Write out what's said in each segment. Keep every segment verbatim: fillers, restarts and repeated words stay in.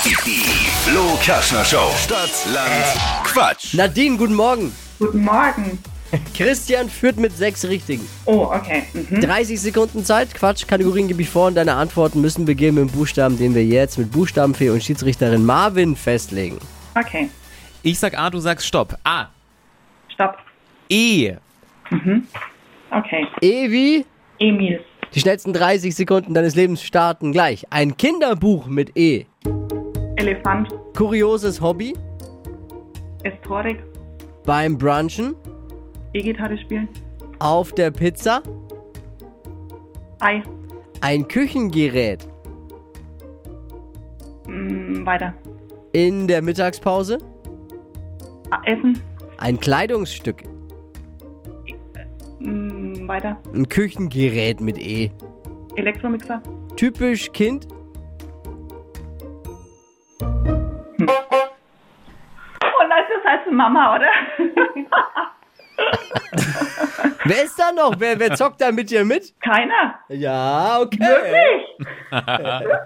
Die Flo Kerschner Show. Stadt, Land, Quatsch. Nadine, guten Morgen. Guten Morgen. Christian führt mit sechs Richtigen. Oh, okay. Mhm. dreißig Sekunden Zeit. Quatsch, Kategorien gebe ich vor und deine Antworten müssen beginnen mit dem Buchstaben, den wir jetzt mit Buchstabenfee und Schiedsrichterin Marvin festlegen. Okay. Ich sag A, du sagst Stopp. A. Stopp. E. Okay. E wie? Emil. Die schnellsten dreißig Sekunden deines Lebens starten gleich. Ein Kinderbuch mit E. Elefant. Kurioses Hobby. Historik. Beim Brunchen. E-Gitarre spielen. Auf der Pizza. Ei. Ein Küchengerät. Mm, weiter. In der Mittagspause. A Essen. Ein Kleidungsstück. Mm, weiter. Ein Küchengerät mit E. Elektromixer. Typisch Kind. Und das ist halt Mama, oder? Wer ist da noch? Wer, wer zockt da mit dir mit? Keiner. Ja, okay. Wirklich?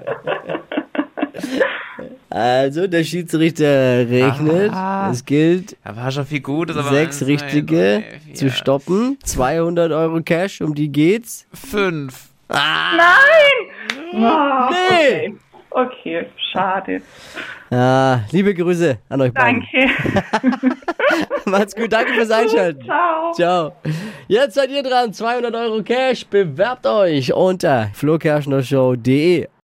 Also, der Schiedsrichter rechnet. Ah. Es gilt, Da war schon viel Gutes, aber sechs eins, zwei, Richtige drei, vier, zu stoppen. zweihundert Euro Cash, um die geht's. Fünf. Nein! Oh, Nee! okay, schade. Ah, liebe Grüße an euch beiden. Danke. Macht's gut, danke fürs Einschalten. Ciao. Ciao. Jetzt seid ihr dran. zweihundert Euro Cash. Bewerbt euch unter flokerschnershow punkt de.